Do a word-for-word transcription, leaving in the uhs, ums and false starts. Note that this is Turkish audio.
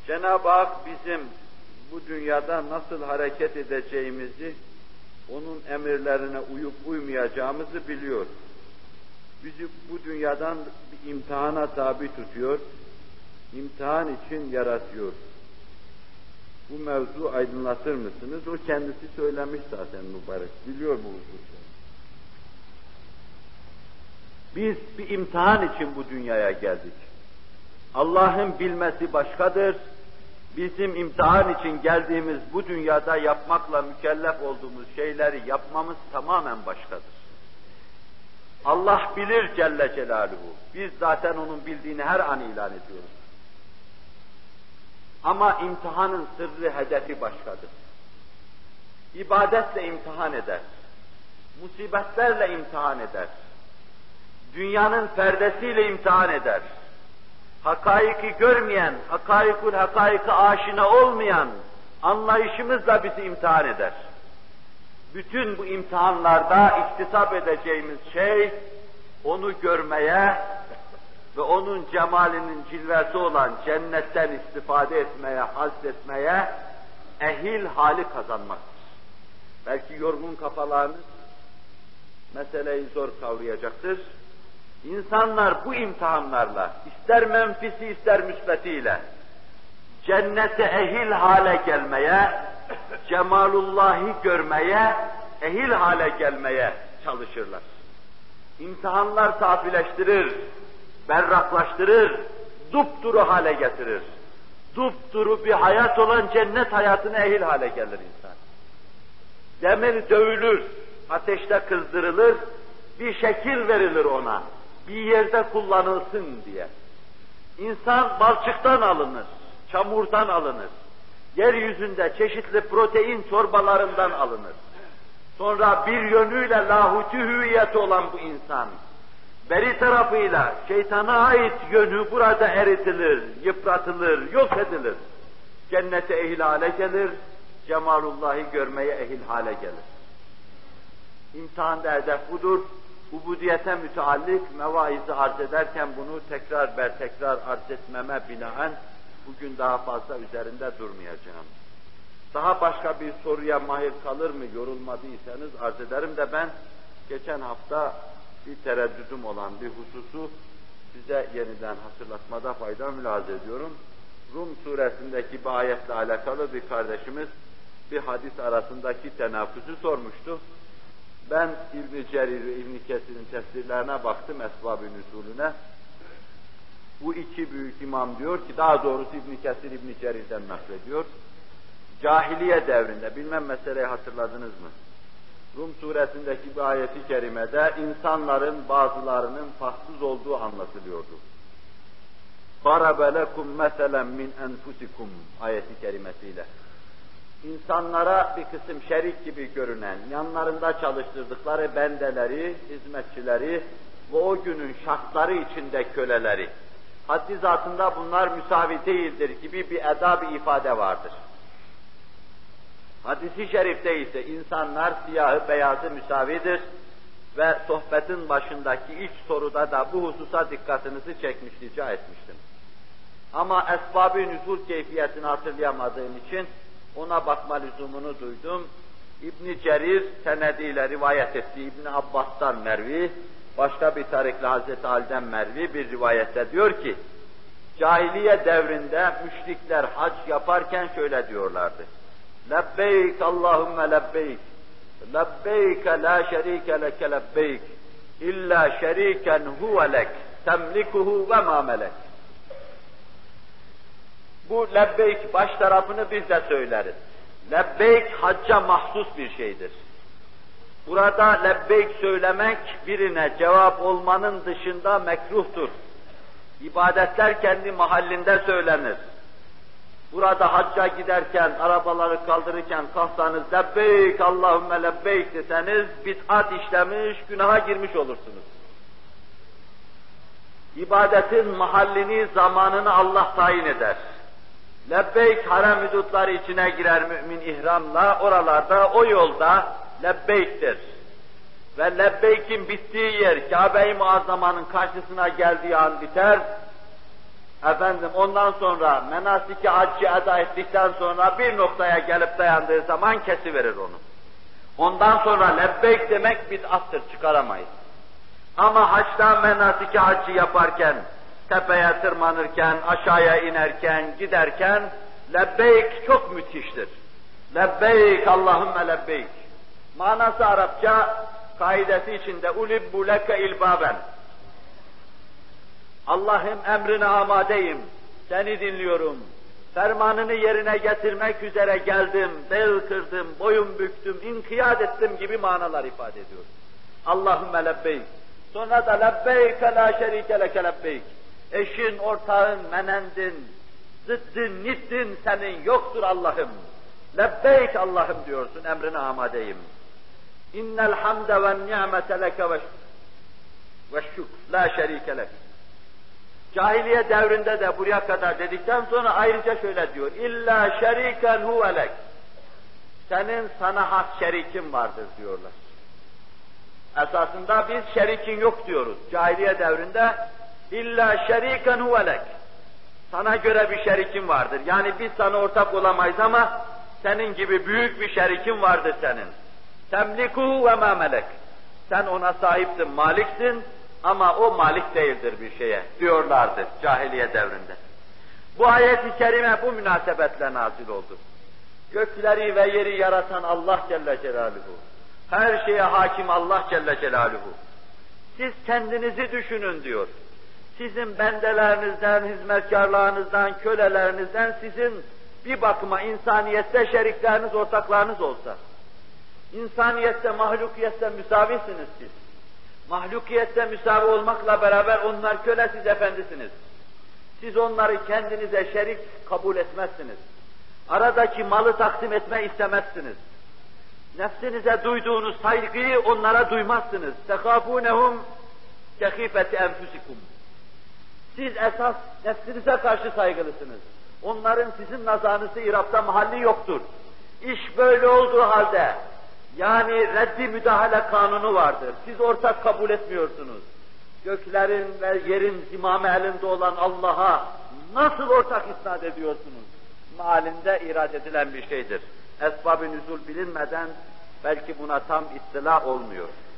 Cenab-ı Hak bizim bu dünyada nasıl hareket edeceğimizi, onun emirlerine uyup uymayacağımızı biliyor. Bizi bu dünyadan bir imtihana tabi tutuyor, imtihan için yaratıyor. Bu mevzu aydınlatır mısınız? O kendisi söylemiş zaten mübarek, biliyor bu hususları. Biz bir imtihan için bu dünyaya geldik. Allah'ın bilmesi başkadır. Bizim imtihan için geldiğimiz bu dünyada yapmakla mükellef olduğumuz şeyleri yapmamız tamamen başkadır. Allah bilir Celle Celaluhu. Biz zaten onun bildiğini her an ilan ediyoruz. Ama imtihanın sırrı, hedefi başkadır. İbadetle imtihan eder. Musibetlerle imtihan eder. Dünyanın perdesiyle imtihan eder. Hakaiki görmeyen, hakaikul hakaika aşina olmayan anlayışımızla bizi imtihan eder. Bütün bu imtihanlarda iktisap edeceğimiz şey, onu görmeye ve onun cemalinin cilvesi olan cennetten istifade etmeye, hazzetmeye, ehil hali kazanmaktır. Belki yorgun kafalarınız meseleyi zor kavrayacaktır. İnsanlar bu imtihanlarla, ister menfisi ister müsbetiyle, cennete ehil hale gelmeye, cemalullahı görmeye, ehil hale gelmeye çalışırlar. İmtihanlar safileştirir, berraklaştırır, dupduru hale getirir. Dupduru bir hayat olan cennet hayatına ehil hale gelir insan. Demir dövülür, ateşte kızdırılır, bir şekil verilir ona, bir yerde kullanılsın diye. İnsan balçıktan alınır, çamurdan alınır, yeryüzünde çeşitli protein çorbalarından alınır. Sonra bir yönüyle lahuti hüviyeti olan bu insan, beri tarafıyla şeytana ait yönü burada eritilir, yıpratılır, yok edilir. Cennete ehil hale gelir, cemalullahı görmeye ehil hale gelir. İmtihanda hedef budur. Ubudiyete müteallik mevaizi arz ederken bunu tekrar ber tekrar arz etmeme binaen bugün daha fazla üzerinde durmayacağım. Daha başka bir soruya mahir kalır mı yorulmadıysanız arz ederim de ben geçen hafta bir tereddüdüm olan bir hususu size yeniden hatırlatmada fayda mülahaza ediyorum. Rum suresindeki bir ayetle alakalı bir kardeşimiz bir hadis arasındaki tenafüsü sormuştu. Ben İbn-i Cerir ve İbn-i Kesir'in tefsirlerine baktım, esbab-ı nüzulüne. Bu iki büyük imam diyor ki, daha doğrusu İbn-i Kesir İbn-i Cerir'den naklediyor. Cahiliye devrinde, bilmem meseleyi hatırladınız mı? Rum suresindeki bir ayeti kerimede insanların bazılarının farksız olduğu anlatılıyordu. ضَرَبَ لَكُمْ مَثَلًا مِنْ أَنْفُسِكُمْ ayeti kerimesiyle. İnsanlara bir kısım şerik gibi görünen, yanlarında çalıştırdıkları bendeleri, hizmetçileri ve o günün şartları içinde köleleri, haddi zatında bunlar müsavi değildir gibi bir eda, bir ifade vardır. Hadis-i şerifte ise insanlar siyahı beyazı müsavidir ve sohbetin başındaki ilk soruda da bu hususa dikkatinizi çekmiş, rica etmiştim. Ama esbab-ı nüzul keyfiyetini hatırlayamadığım için ona bakma lüzumunu duydum. İbn-i Cerir senediyle rivayet ettiği İbn Abbas'tan mervi, başka bir tarikle Hazreti Ali'den mervi bir rivayette diyor ki, cahiliye devrinde müşrikler hac yaparken şöyle diyorlardı. Lebbeyk Allahümme lebbeyk, lebbeyke la şerike leke lebbeyk, illa şeriken huve lek, temlikuhu ve ma melek. Bu lebbeyk baş tarafını biz de söyleriz. Lebbeyk hacca mahsus bir şeydir. Burada lebbeyk söylemek birine cevap olmanın dışında mekruhtur. İbadetler kendi mahallinde söylenir. Burada hacca giderken, arabaları kaldırırken kalksanız lebbeyk Allahümme lebbeyk deseniz bid'at işlemiş, günaha girmiş olursunuz. İbadetin mahallini, zamanını Allah tayin eder. Lebbeyk harem hudutları içine girer mümin ihramla, oralarda, o yolda lebbeyktir. Ve lebbeykin bittiği yer, Kabe-i Muazzama'nın karşısına geldiği an biter, Efendim ondan sonra menasik-i haccı eda ettikten sonra bir noktaya gelip dayandığı zaman kesiverir onu. Ondan sonra lebbeyk demek bid'attır, çıkaramayız. Ama haçta menasik-i haccı yaparken, tepeye tırmanırken, aşağıya inerken, giderken lebbeyk çok müthiştir. Lebbeyk Allahümme lebbeyk. Manası Arapça, kaidesi içinde ulibbu leke ilbaben. Allah'ım emrine amadeyim, seni dinliyorum. Fermanını yerine getirmek üzere geldim, bel kırdım, boyun büktüm, inkiyat ettim gibi manalar ifade ediyor. Allahümme lebbeyk. Sonra da lebbeyke la şerike leke lebbeyk. Eşin, ortağın, menendin, zıddın, niddin senin yoktur Allah'ım. Lebbeyk Allah'ım diyorsun, emrine amadeyim. İnnel hamde ve ni'mete leke ve şükr la şerike lek. Cahiliye devrinde de buraya kadar dedikten sonra ayrıca şöyle diyor. İlla şeriken huvelek. Senin sana has şerikin vardır diyorlar. Esasında biz şerikin yok diyoruz. Cahiliye devrinde illa şeriken huvelek. Sana göre bir şerikin vardır. Yani biz sana ortak olamayız ama senin gibi büyük bir şerikin vardır senin. Temliku ve ma melek. Sen ona sahipsin, maliksin ama o malik değildir bir şeye diyorlardı cahiliye devrinde. Bu ayet-i kerime bu münasebetle nazil oldu. Gökleri ve yeri yaratan Allah Celle Celaluhu. Her şeye hakim Allah Celle Celaluhu. Siz kendinizi düşünün diyor. Sizin bendelerinizden, hizmetkarlarınızdan, kölelerinizden sizin bir bakıma insaniyette şerikleriniz, ortaklarınız olsa. İnsaniyette, mahlukiyette müsavisiniz siz. Mahlukiyette müsavi olmakla beraber onlar köle, siz efendisiniz. Siz onları kendinize şerik kabul etmezsiniz. Aradaki malı taksim etme istemezsiniz. Nefsinize duyduğunuz saygıyı onlara duymazsınız. تَخَافُونَهُمْ كَخِيفَةِ اَنْفُسِكُمْ. Siz esas nefsinize karşı saygılısınız. Onların sizin nazarınızda irapta mahalli yoktur. İş böyle olduğu halde, yani reddi müdahale kanunu vardır. Siz ortak kabul etmiyorsunuz. Göklerin ve yerin zimamı elinde olan Allah'a nasıl ortak isnat ediyorsunuz? Mealinde irad edilen bir şeydir. Esbab-ı nüzul bilinmeden belki buna tam ittila olmuyor.